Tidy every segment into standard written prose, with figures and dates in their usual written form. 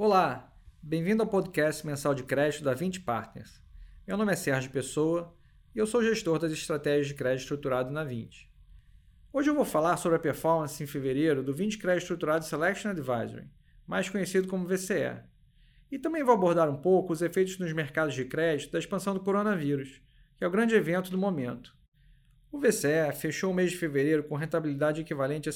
Olá, bem-vindo ao podcast mensal de crédito da 20 Partners. Meu nome é Sérgio Pessoa e eu sou gestor das estratégias de crédito estruturado na 20. Hoje eu vou falar sobre a performance em fevereiro do 20 Crédito Estruturado Selection Advisory, mais conhecido como VCE. E também vou abordar um pouco os efeitos nos mercados de crédito da expansão do coronavírus, que é o grande evento do momento. O VCE fechou o mês de fevereiro com rentabilidade equivalente a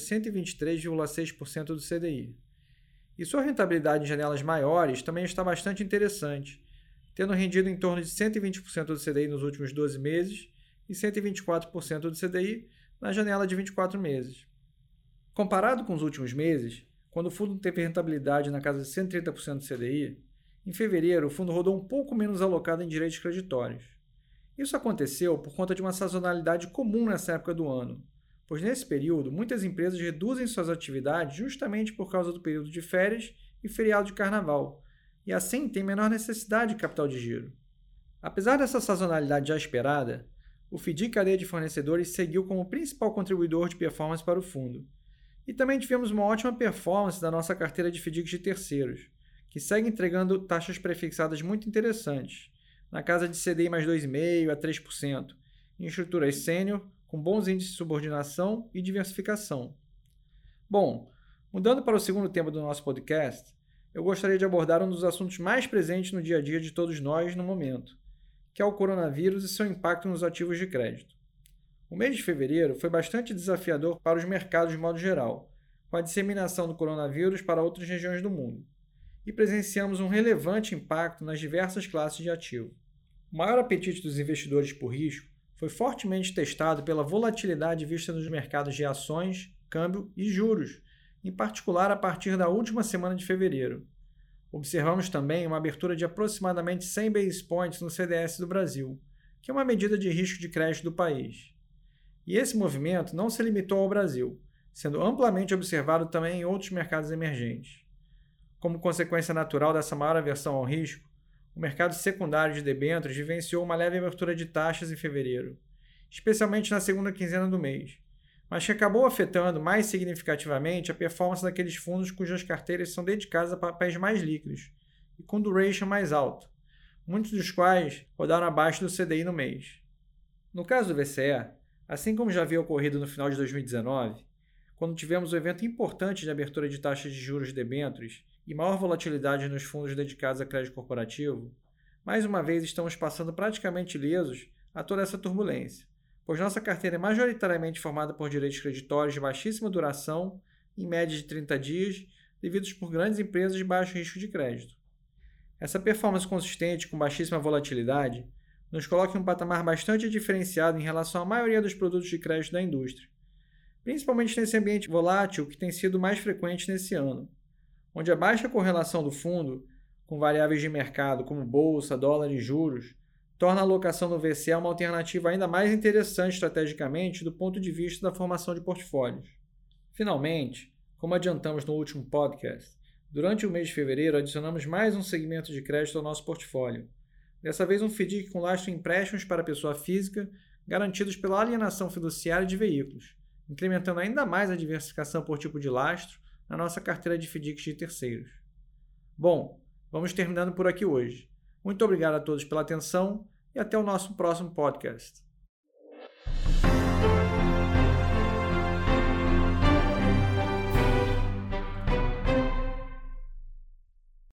123,6% do CDI. E sua rentabilidade em janelas maiores também está bastante interessante, tendo rendido em torno de 120% do CDI nos últimos 12 meses e 124% do CDI na janela de 24 meses. Comparado com os últimos meses, quando o fundo teve rentabilidade na casa de 130% do CDI, em fevereiro o fundo rodou um pouco menos alocado em direitos creditórios. Isso aconteceu por conta de uma sazonalidade comum nessa época do ano, pois nesse período muitas empresas reduzem suas atividades justamente por causa do período de férias e feriado de carnaval, e assim tem menor necessidade de capital de giro. Apesar dessa sazonalidade já esperada, o FDIC cadeia de fornecedores seguiu como principal contribuidor de performance para o fundo. E também tivemos uma ótima performance da nossa carteira de FDICs de terceiros, que segue entregando taxas prefixadas muito interessantes, na casa de CDI mais 2,5% a 3%, em estruturas sênior, com bons índices de subordinação e diversificação. Bom, mudando para o segundo tema do nosso podcast, eu gostaria de abordar um dos assuntos mais presentes no dia a dia de todos nós no momento, que é o coronavírus e seu impacto nos ativos de crédito. O mês de fevereiro foi bastante desafiador para os mercados de modo geral, com a disseminação do coronavírus para outras regiões do mundo, e presenciamos um relevante impacto nas diversas classes de ativo. O maior apetite dos investidores por risco foi fortemente testado pela volatilidade vista nos mercados de ações, câmbio e juros, em particular a partir da última semana de fevereiro. Observamos também uma abertura de aproximadamente 100 basis points no CDS do Brasil, que é uma medida de risco de crédito do país. E esse movimento não se limitou ao Brasil, sendo amplamente observado também em outros mercados emergentes. Como consequência natural dessa maior aversão ao risco, o mercado secundário de debêntures vivenciou uma leve abertura de taxas em fevereiro, especialmente na segunda quinzena do mês, mas que acabou afetando mais significativamente a performance daqueles fundos cujas carteiras são dedicadas a papéis mais líquidos e com duration mais alto, muitos dos quais rodaram abaixo do CDI no mês. No caso do VCE, assim como já havia ocorrido no final de 2019, quando tivemos um evento importante de abertura de taxas de juros de debêntures e maior volatilidade nos fundos dedicados a crédito corporativo, mais uma vez estamos passando praticamente ilesos a toda essa turbulência, pois nossa carteira é majoritariamente formada por direitos creditórios de baixíssima duração, em média de 30 dias, devidos por grandes empresas de baixo risco de crédito. Essa performance consistente com baixíssima volatilidade nos coloca em um patamar bastante diferenciado em relação à maioria dos produtos de crédito da indústria, principalmente nesse ambiente volátil que tem sido mais frequente nesse ano, onde a baixa correlação do fundo com variáveis de mercado como bolsa, dólar e juros torna a alocação no VCE uma alternativa ainda mais interessante estrategicamente do ponto de vista da formação de portfólios. Finalmente, como adiantamos no último podcast, durante o mês de fevereiro adicionamos mais um segmento de crédito ao nosso portfólio, dessa vez um FDIC com lastro em empréstimos para pessoa física garantidos pela alienação fiduciária de veículos, incrementando ainda mais a diversificação por tipo de lastro na nossa carteira de FDICs de terceiros. Bom, vamos terminando por aqui hoje. Muito obrigado a todos pela atenção e até o nosso próximo podcast.